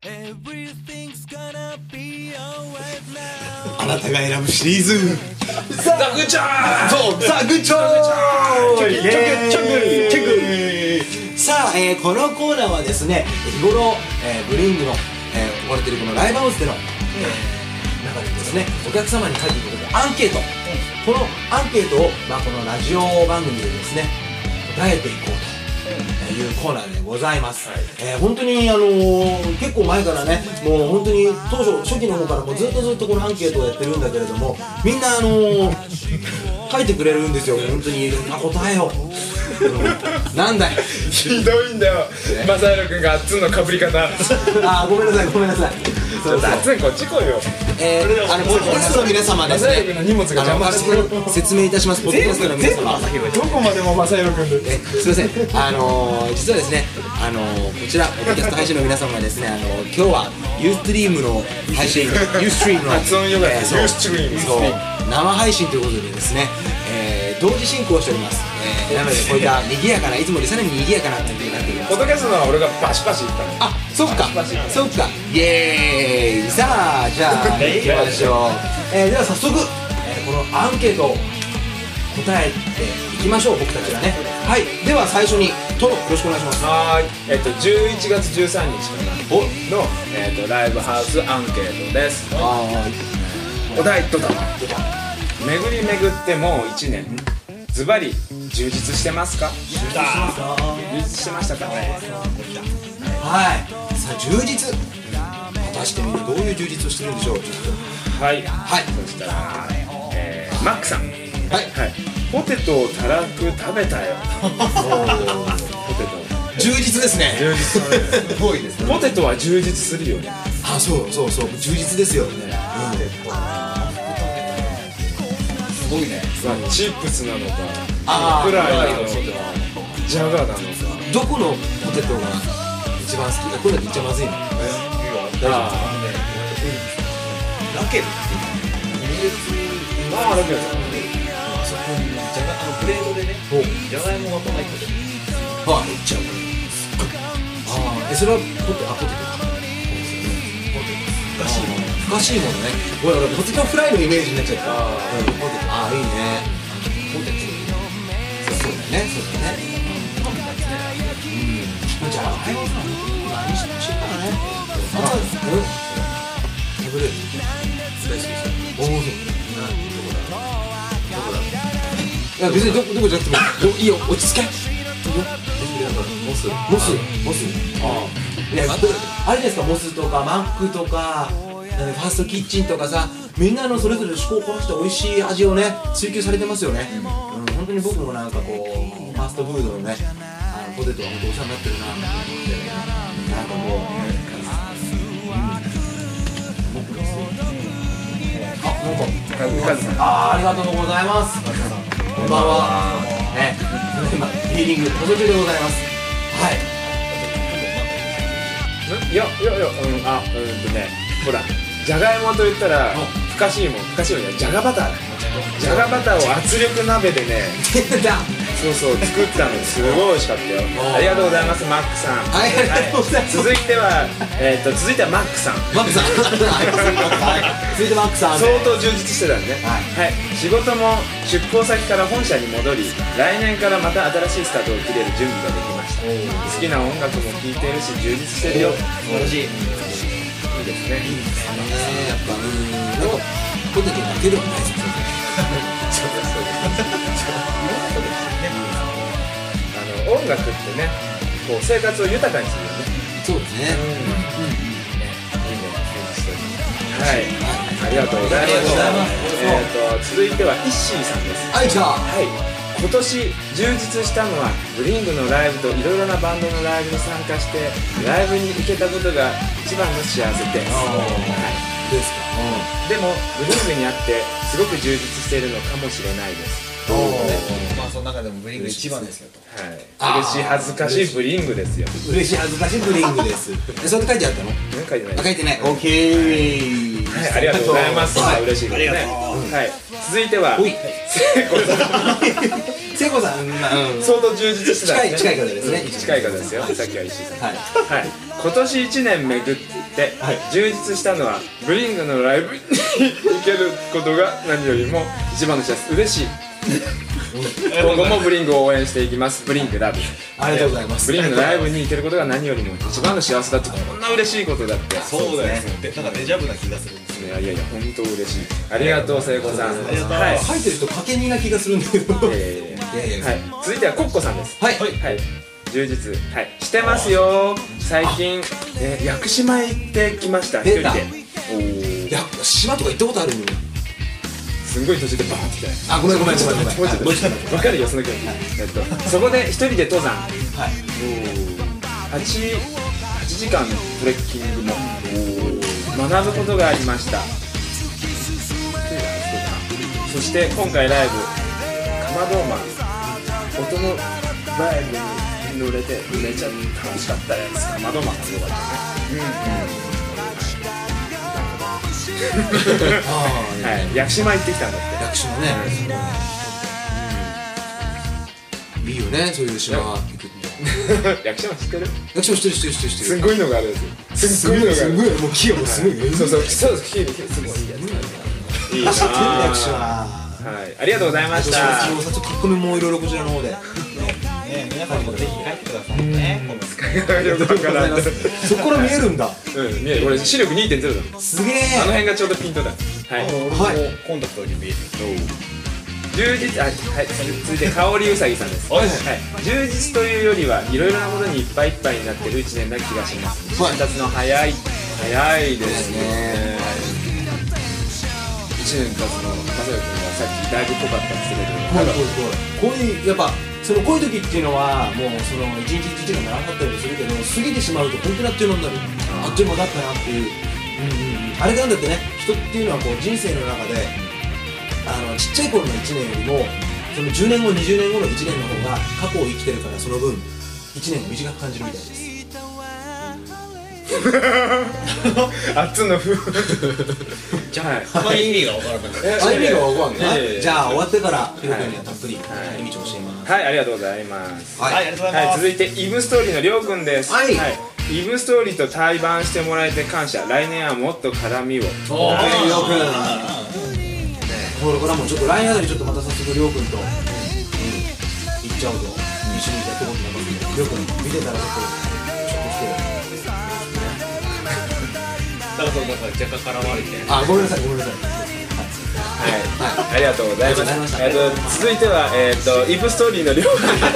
あなたが選ぶシリーズザ・グッチョー。 そう、ザ・グッチョー。さあ、このコーナーはですね、日頃、ブリングの、行われているこのライブハウスでの、中でですね、お客様に書いていただくアンケート、このアンケートを、このラジオ番組でですね、答えていこうというコーナーでございます。本当に結構前からね、もう本当に当初初期の方からもうずっとこのアンケートをやってるんだけれども、みんな書いてくれるんですよ。本当に答えをなんだいひどいんだよ、マサイロ君があっつんのかぶり方。 ごめんなさいごめんなさい。 ちょっとあっつんこっち来いよ。 ポッドキャストの皆様ですね、 マサイロ君の荷物が邪魔してる。 説明いたします。ポッドキャストの皆様、 どこまでもマサイロ君で。 すいません、実はですね、こちらポッドキャスト配信の皆様がですね、今日はユーストリームの配信、ユーストリームの発音よかった。ユーストリーム、 そう生配信ということでですね、同時進行しております。なのでこういった賑やかな、いつもよりさらに賑やかな感じになっています。 ポッドキャストのは俺がバシバシ言ったの。 そっかそっか、イエーイ。さあ、じゃあ行きましょう。では早速、このアンケートを答えていきましょう、僕たちがね。はい、では最初にトロよろしくお願いします。 11月13日からの、ライブハウスアンケートです。お題ドドン。巡り巡ってもう1年、ズバリ充実してますか？充実してましたか？ はい、さあ充実、果たしてみんなどういう充実をしてるんでしょう。 はい、そしたらマックさん、ポテトをたらふく食べたよ。ポテト充実ですね。 充実すごいですね。 ポテトは充実するよね。 そう充実ですよね。すごいね。 チップスなのか、フライなのか、ジャガーなのか。 どこのポテトが一番好きか？これだって言っちゃまずいの？ ラケルっていうラケルさん、 あそこにプレートでね、じゃがいもが入ってて、 いっちゃう。それはポテトか。ふかしいものね。俺ポテトフライのイメージになっちゃった。ポテト、いいね。ポテト、そうだね。じゃがいもさ、何してほしいからね。食べれる。大好きですよ。いや別にどこじゃなくてもいいよ、落ち着け。モス。いや、あれじゃないですか、モスとかマックとかファーストキッチンとかさ、みんなのそれぞれ趣向を凝らして美味しい味をね追求されてますよね。本当に僕もなんかこうファーストフードのねポテトは本当お世話になってるなと思って、なんかもう僕ですよ。ありがとうございます。こんばんは。今ヒーリング補助中でございます。 ほら、じゃがいもと言ったらふかしいもんじゃがバター。じゃがバターを圧力鍋でね、作ったのすごい美味しかったよ。ありがとうございます、マックさん。続いてはマックさん。 続いてマックさん。 相当充実してたんでね。仕事も出向先から本社に戻り、来年からまた新しいスタートを切れる準備ができました。好きな音楽も聴いているし充実してるよ。 素晴らしい。 いいですね。 やっぱなんかポテトだけではないですよ。 音楽ってね、こう生活を豊かにするよね。 そうですね。 ありがとうございます。続いてはイッシーさんです。今年充実したのはブリングのライブといろいろなバンドのライブに参加してライブに行けたことが一番の幸せです。でもブリングにあってすごく充実しているのかもしれないです。 その中でもブリング一番ですよと。 嬉しい恥ずかしいブリングですよ。 嬉しい恥ずかしいブリングです。それ書いてあったの？ 書いてない。 書いてない。オッケー。 ありがとうございます。嬉しいですね。続いては聖子さん、 相当充実してたんですね。 近い方ですね。 近い方ですよ。さっきは石井さん。今年1年巡っで、充実したのはブリングのライブに行けることが何よりも一番の幸せ。嬉しい。今後もブリングを応援していきます。ブリングラブ。 ありがとうございます。 ブリングのライブに行けることが何よりも一番の幸せだって、こんな嬉しいことだって。 そうだよね。なんかデジャブな気がするんですね。 いや本当嬉しい。ありがとう聖子さん。 はい。書いてる人かけにな気がするんだけど。 はい。続いてはコッコさんです。はい。充実してますよ。最近屋久島へ行ってきました。一人で。 屋久島とか行ったことあるの？ すんごい途中でバーンってきた。 ごめん分かるよその距離。そこで一人で登山8時間トレッキングも学ぶことがありました。そして今回ライブカマドーマン音のライブに乗れてめちゃ楽しかったです。カマドーマンが良かったね。屋久島行ってきたんだって。 屋久島ね、いいよね、そういう島行くって。 屋久島知ってる？ 屋久島知ってる。 すごいのがあるんですよ。すごいのがある。 もう木がもうすごい。 そう木すごいやつ。いいな。 屋久島。 ありがとうございました。 書き込みもいろいろこちらの方で。 皆さんもぜひ書いてくださいね。 そこから見えるんだ。 見える。俺視力 2.0 だ。 すげえ。 あの辺がちょうどピントだ。はい。 コンタクトに見える。 充実、続いて香りうさぎさんです。充実というよりはいろいろなものにいっぱいいっぱいになってる1年な気がします。1年経つの早いですね。1年経つのまさよくんがさっきだいぶ濃かったんですけど、 こういうやっぱこういう時っていうのはもうその一日一日が長かったりするけど、過ぎてしまうと本当にあっという間になる。あっという間だったなっていう。あれなんだってね、人っていうのはこう人生の中でちっちゃい頃の1年よりもその10年後20年後の1年の方が過去を生きてるから、その分1年が短く感じるみたいです。 あっつのふじゃあ意味が分からなかった。 意味が分かんない。じゃあ終わってからヒロ君にはたっぷり意味を教えます。 はい、ありがとうございます。 ありがとうございます。 続いてイブストーリーのりょうくんです。イブストーリーと対バンしてもらえて感謝。来年はもっと絡みを。 りょうくん。これからもちょっと来年あたりちょっとまた早速りょうくんと行っちゃうと一緒にやってことになりますんで、りょうくん見てたらちょっと来て。 だから若干絡まれて。 ごめんなさい。 ありがとうございます。続いてはイブストーリーの量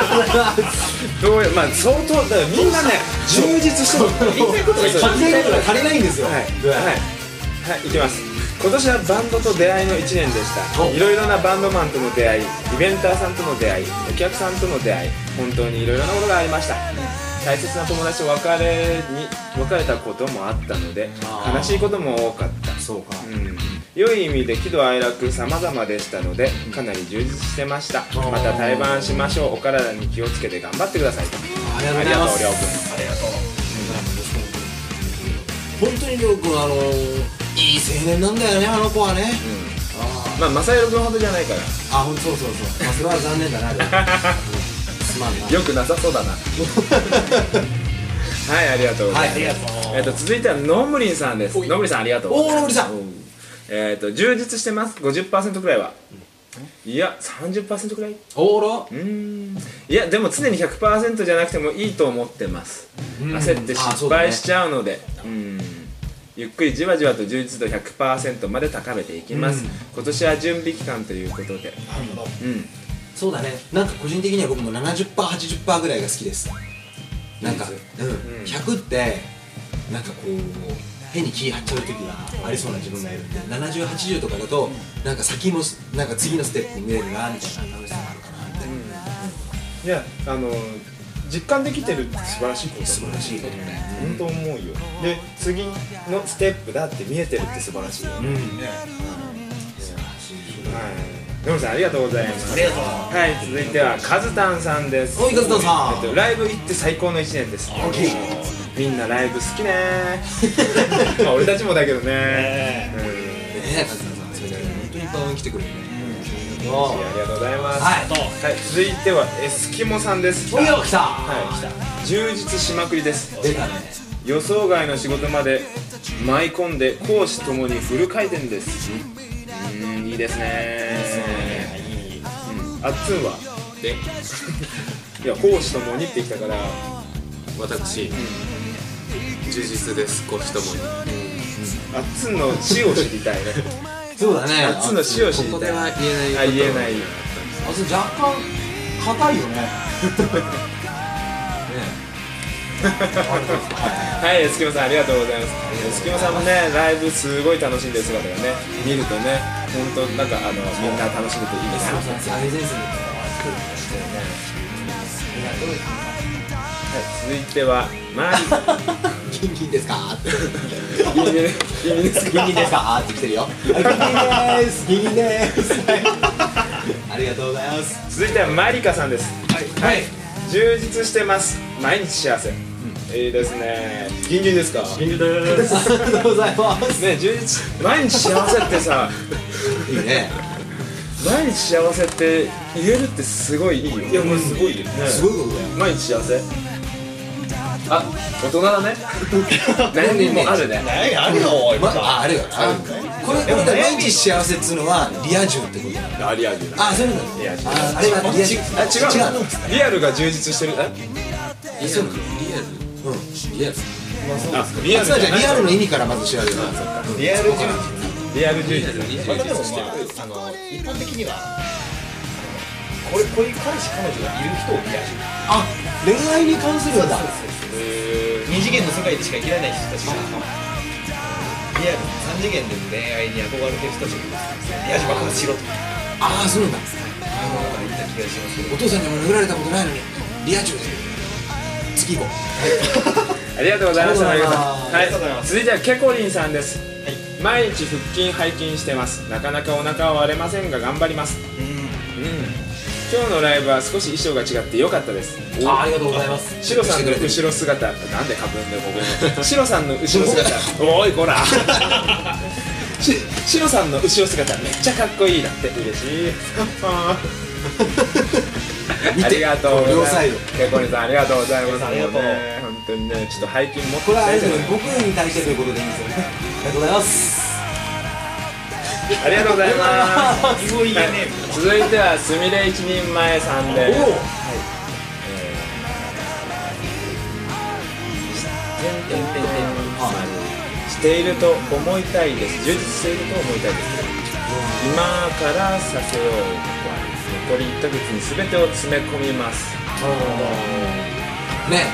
まあ相当だからみんなね充実してる。言いたいことが足りないんですよ。 いきます。今年はバンドと出会いの1年でした。いろいろなバンドマンとの出会い、イベンターさんとの出会い、お客さんとの出会い、本当にいろいろなことがありました。大切な友達と別れたこともあったので、悲しいことも多かった。良い意味で喜怒哀楽様々でしたので、かなり充実してました。また対バンしましょう。お体に気をつけて頑張ってください。 ありがとうりょうくん。 ありがとう。 本当にりょうくんいい青年なんだよね、あの子はね。 まあ正弘君ほどじゃないから。 そう。それは残念だな。すまんな。 よくなさそうだな。はい、ありがとうございます。続いてはノムリンさんです。ノムリンさんありがとうございます。充実してます。50% くらいは。いや 30% くらい。いやでも常に 100% じゃなくてもいいと思ってます。焦って失敗しちゃうので、ゆっくりじわじわと充実度 100% まで高めていきます。今年は準備期間ということで。 そうだね。なんか個人的には僕も 70%、80% ぐらいが好きです。なんか100ってなんかこう変に気張っちゃう時がありそうな自分がいるんで、70、80とかだとなんか先もなんか次のステップ見れるなみたいな楽しさがあるかなみたいな。 いや実感できてるって素晴らしいことだ。 素晴らしいことね。 本当思うよ。で次のステップだって見えてるって素晴らしいよね。ノムさんありがとうございます。 ありがとう。 はい、続いてはカズタンさんです。 カズタンさん。 ライブ行って最高の1年です。みんなライブ好きね。まあ俺たちもだけどね。 カズタンさん、それで本当にいっぱい応援来てくれるね。 ありがとうございます。続いてはエスキモさんです。 来た。 充実しまくりです。 出たね。 予想外の仕事まで舞い込んで講師ともにフル回転です。いいですね。あっつんはでいや講師ともにってきたから、 私、充実です講師ともに。 あっつんの死を知りたいね。 そうだね。 あっつんの死を知りたい。 ここでは言えない。 あ、言えない。 あ、それ若干硬いよね。 はい、スキマさんありがとうございます。スキマさんもね、ライブすごい楽しんでる姿がね、見るとね、本当なんかみんな楽しんでていいですよ。 最前線で作るんですよね。 続いてはマリギンギンですかーって。 ギンギンですギンギンですかーって来てるよ。ギンギンですギンギンですありがとうございます。 続いてはマリカさんです。 はい。 充実してます。毎日幸せ。いいですね。ギンギンですか。 ギンギンです。ありがとうございますね、充実毎日幸せってさ、 いいね。 毎日幸せって言えるってすごいいいよ。いやもうすごいよね。 すごいことだよ。 毎日幸せ。あ、大人だね。何人もあるね。 あるよ。 あるよ。これで毎日幸せっつうのはリア充ってことだよ。 あ、リアル。 あ、そういうの。 リア充。 あれはリア充。 あ、違う。リアルが充実してる。 リアル。リアル。 あ、リアル。 じゃリアルの意味からまず調べる。 リアル充実。 リアル充実。 まあでも一般的にはこういう彼氏彼女がいる人をリア充。 あ、恋愛に関するんだ。 二次元の世界でしか生きられない人たちがリアル三次元での恋愛に憧れてる人たちがいますね。リア充爆発しろと。 ああ、そうなんだ。 言った気がしますけど。 お父さんにも殴られたことないのにリア充で次行こう。 ありがとうございました。 ありがとうございます。 続いてはケコリンさんです。毎日腹筋背筋してます。なかなかお腹は割れませんが頑張ります。今日のライブは少し衣装が違って良かったです。 ありがとうございます。 シロさんの後ろ姿、なんでかぶんでここに。シロさんの後ろ姿、おいこら。シロさんの後ろ姿めっちゃかっこいいだって嬉しい。ありがとうございます。ケコリンさんありがとうございます。 ありがとう。 本当にね、ちょっと背筋持ってこれはあれですよね、僕に対してということでいいんですよね。ありがとうございます。 ありがとうございます。 すごいね。 続いてはすみれ一人前さんです。していると思いたいです。充実していると思いたいです。今からさせようと残り1ヶ月に全てを詰め込みます。 ね、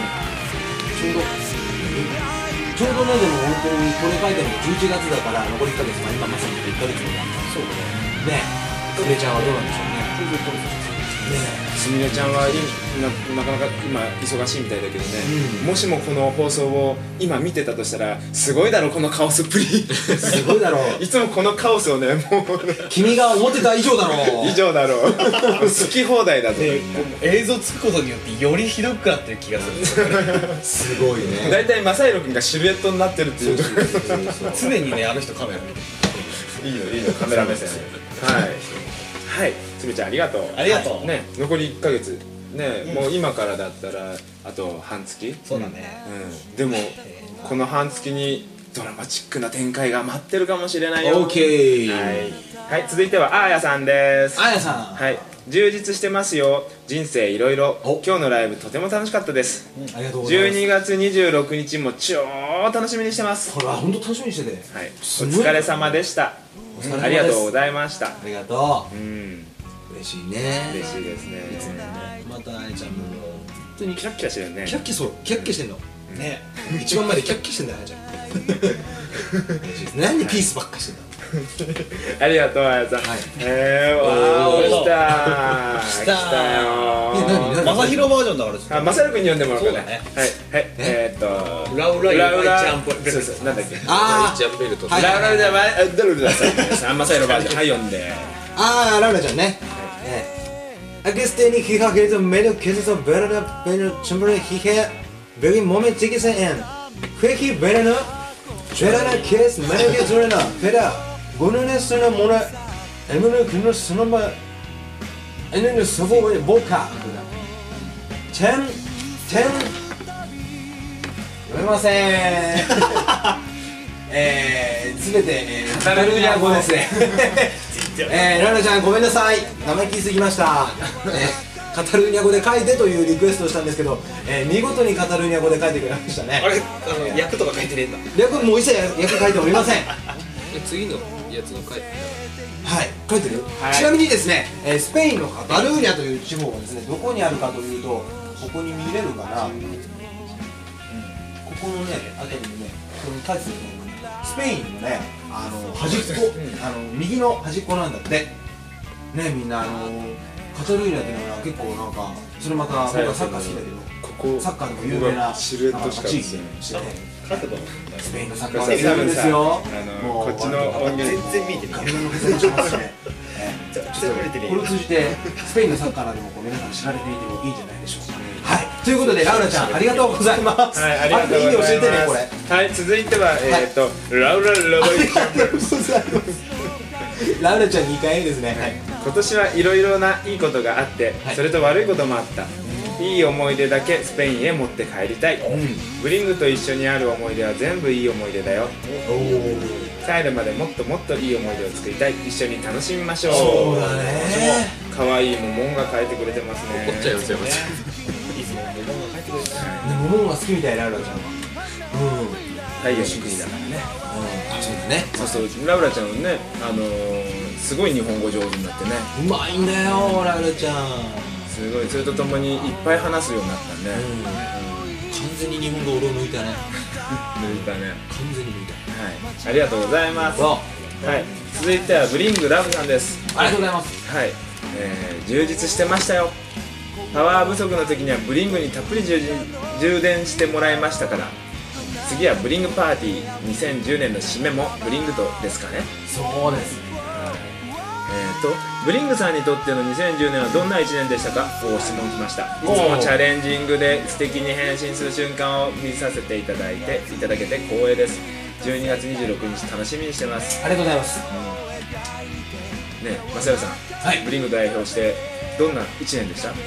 ちょうどね、でも本当にこれ書いてるのが11月だから残り1ヶ月、今まさに1ヶ月になった。そうだね。ね、すみれちゃんはどうなんでしょうね。 すみれちゃんはなかなか今忙しいみたいだけどね、もしもこの放送を今見てたとしたらすごいだろこのカオスっぷり。 すごいだろう。 いつもこのカオスをね、もう君が思ってた以上だろう。 以上だろう。好き放題だぞ。 映像つくことによってよりひどくなってる気がする。 すごいね。 だいたいマサイロ君がシルエットになってるっていう。 常にね、あの人カメラ見てる。いいのカメラ目線。はい、すみちゃんありがとう。 ありがとう。 ね、残り1ヶ月ね、もう今からだったらあと半月。 そうだね。 でもこの半月にドラマチックな展開が待ってるかもしれないよ。 オーケー。 はい、続いてはあーやさんです。 あーやさん。 はい、充実してますよ。人生いろいろ。今日のライブとても楽しかったです。 ありがとうございます。 12月26日も超楽しみにしてます。 これは本当楽しみにしてて。 はい、お疲れ様でした。ありがとうございました。 ありがとう。嬉しいね。 嬉しいですね。 いつもね。またあやちゃんも本当にキラッキラしてるね。 キラッキそう、キラッキラしてんの。 ね。 一番前でキャッキャしてんだよ、あやちゃん。嬉しいです。何でピースばっかしてんだ。 ありがとう、あやさん。わー、来たー。来たよー。 何まさひろバージョンだから。 あ、まさるくんに呼んでもらおうかね。はい、 ラウライちゃんぽい。 そうそう、なんだっけ。 あイチャンベルト。 ラウライじゃない、ドルルださ。まさひろバージョン。はい、呼んで。 あー、ラウラちゃんね。Agustin 기각해서 매력 계속해서 베르나 베르 전부를 희해 여기 몸에 찌기세 엔 회기 베르나 죄라나 케스 매력에 조르나 베라 고는에 쓰나 모나 에무는 그는 쓰나마 에는 서보에 모카 젠 読めませんすべてカタルーニャ語ですねラウラちゃんごめんなさい、生意気すぎましたカタルーニャ語で書いてというリクエストをしたんですけど、見事にカタルーニャ語で書いてくれましたね。 あれ役とか書いてねえんだ。 略もう一切役書いておりません次のやつの書いてはい、書いてる、 はい、 ちなみにですね、スペインのカタルーニャという地方はですね、どこにあるかというと、ここに見れるかな、ここのね、あたりにね、ここに書いてるね、スペインのね、端っこ、右の端っこなんだって。ね、みんなカタルーニャっていうのは結構なんか、それまた僕はサッカー好きだけど、サッカーでも有名なシルエットしか地域してね、 角度スペインのサッカーは強いんですよ。 こっちの音源全然見えてない。 髪の毛しますね。これを通じてスペインのサッカーなども皆さん知られていてもいいんじゃないでしょうか。はい、ということでラウラちゃんありがとうございます。 はい、ありがとうございます。 教えてねこれ。 はい、続いてはラウララバイキャンプ。 ラウラちゃん2回目ですね。はい。 今年はいろいろないいことがあって、それと悪いこともあった。いい思い出だけスペインへ持って帰りたい。ブリングと一緒にある思い出は全部いい思い出だよ。帰るまでもっともっといい思い出を作りたい。一緒に楽しみましょう。 そうだね。 可愛いモモンが書いてくれてますね。 怒っちゃいますよ。 いつもモモンが書いてくれてる。 モモンが好きみたいラウラちゃんは。 太陽の国だからね。 そうだね。 そうそう、ラウラちゃんはね、すごい日本語上手になってね。 うまいんだよラウラちゃん。 すごい、それとともにいっぱい話すようになったね。 完全に日本語俺を抜いたね。 抜いたね。 完全に抜いた。 はい、ありがとうございます。はい、続いてはブリングラブさんです。 ありがとうございます。 はい、充実してましたよ。パワー不足の時にはブリングにたっぷり充電してもらいましたから。次はブリングパーティー、2010年の締めもブリングとですかね。 そうです。 ブリングさんにとっての2010年はどんな1年でしたか？質問来ました。いつもチャレンジングで素敵に変身する瞬間を見させていただけて光栄です。12月26日楽しみにしてます。 ありがとうございます。 ね、マサヨさん、はい、ブリング代表してどんな1年でした？はい、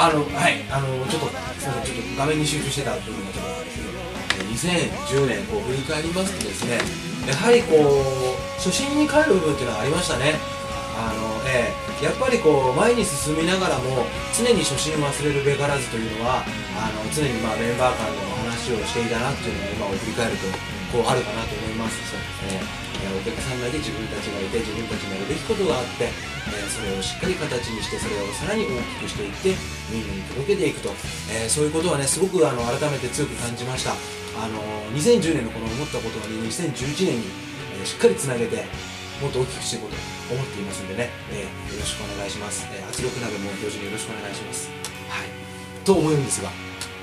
ちょっと画面に集中してた部分がちょっとあったんですけど、2010年こう振り返りますとですね、やはりこう初心に帰る部分っていうのはありましたね。やっぱりこう前に進みながらも常に初心を忘れるべからずというのは常にメンバー間でも話をしていたなっていうのを今を振り返るとこうあるかなと思います。お客さんがいて自分たちがいて自分たちのやるべきことがあって、それをしっかり形にしてそれをさらに大きくしていってみんなに届けていくと、そういうことはねすごく改めて強く感じました。2010年のこの思ったことが2011年に、しっかりつなげてもっと大きくしていこうと思っていますのでね、よろしくお願いします。圧力鍋も同時によろしくお願いします。はいと思うんですが、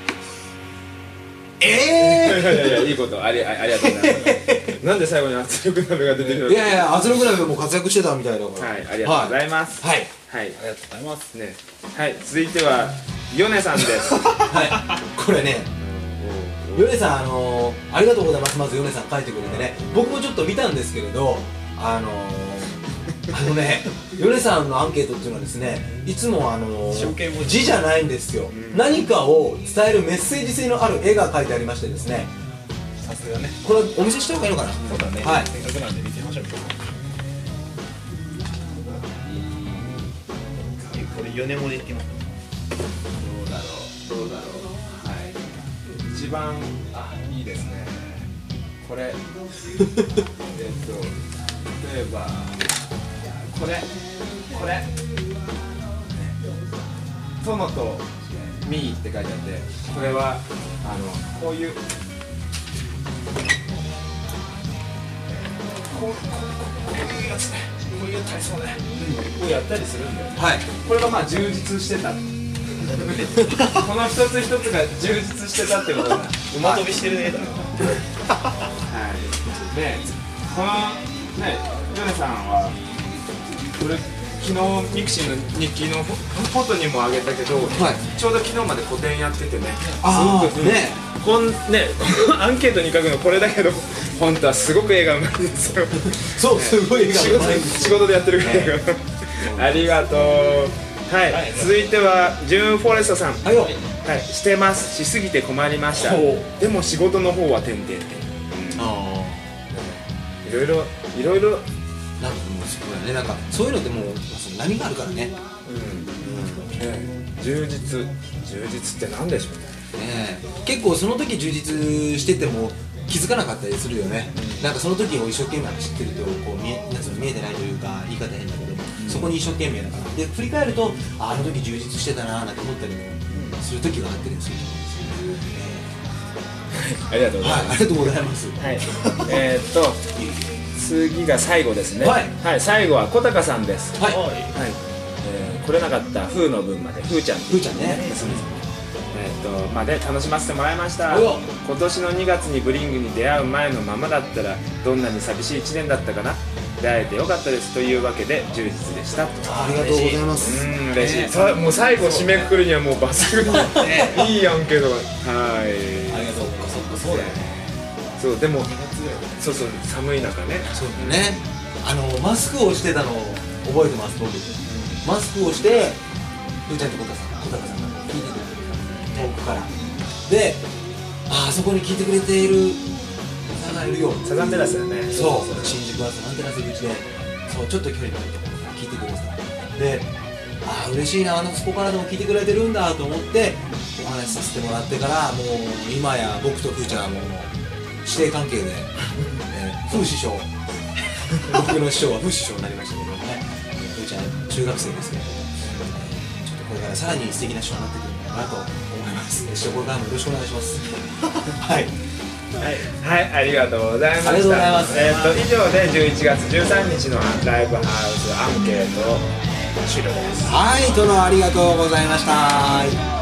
いやいいことありがとうございます。なんで最後に圧力鍋が出てるの？ いや圧力鍋も活躍してたみたいだから。 はい、ありがとうございます。はい、 ありがとうございますね。はい、続いてはヨネさんです。 はい、これね、ヨネさんありがとうございます。まずヨネさん書いてくれてね、僕もちょっと見たんですけれど、ヨネさんのアンケートっていうのはですね、いつも字じゃないんですよ。何かを伝えるメッセージ性のある絵が描いてありましてですね。 さすがね。 これお見せした方がいいのかな？ そうだね。 はい。 せっかくなんで見てみましょう。これ4年もでいってます。 どうだろう。はい。一番いいですね。これ例えばこれ友とミーって書いてあって、これはこういうやつね、こういう体操ね、をやったりするんだよね。はい。これがまあ充実してた。この一つ一つが充実してたってことだ。 馬飛びしてるね。 はい。で、このね、ヨネさんはこれ昨日ミクシーの日記のフォトにもあげたけど、ちょうど昨日まで個展やっててね。 ああ、ね。 アンケートに書くのこれだけど、本当はすごく絵がうまいんですよ。 そう、すごい絵がうまい。 仕事でやってるから。ありがとう。はい、続いてはジューン・フォレストさん。はい、 はいしてます。しすぎて困りました。 ほでも仕事の方は点々点。 あいろいろいろいろ。 あ、なんかもうそうだね、なんかそういうのってもうその波があるからね。 充実って何でしょうね。 ねえ、結構その時充実してても気づかなかったりするよね。なんかその時を一生懸命走ってるとこうなんつうの見えてないというか、言い方変だけども、そこに一生懸命だからで振り返るとあの時充実してたなーなんて思ったりもする時があったりもすると思うんですよね。 ありがとうございはい、 ます。 ありがとうございます。 はい次が最後ですね。 はい最後は小高さんです。 はい、 来れなかった風の分まで風ちゃんふーちゃんね。 まで楽しませてもらいました。 およ今年の2月にブリングに出会う前のままだったらどんなに寂しい1年だったかな。出会えてよかったですというわけで充実でした。 ありがとうございます。 嬉しい。もう最後締めくくるにはもう抜群にいいやんけど。はい。 ありがとう。そっか、そうだよね。 そうでもそう寒い中ね。 そうだね。マスクをしてたのを覚えてます。僕マスクをしてふーちゃんと小高さんが聞いてくれてる、遠くからで、あそこに聞いてくれている方がいるよ。 サザンテラスだね。 そう新宿はサザンテラス口で、そうちょっと距離のあるところから聞いてくれてた。で、嬉しいな、そこからでも聞いてくれてるんだと思ってお話しさせてもらってから、もう今や僕とふーちゃんはもう師弟関係で、ふー師匠僕の師匠はふー師匠になりましたけどね。ふーちゃん中学生ですけど、ちょっとこれからさらに素敵な師匠になってくるのかなと思います。師匠これからもよろしくお願いしますはいありがとうございました。 ありがとうございます。 以上で11月13日のライブハウスアンケート終了です。 はい、殿ありがとうございました。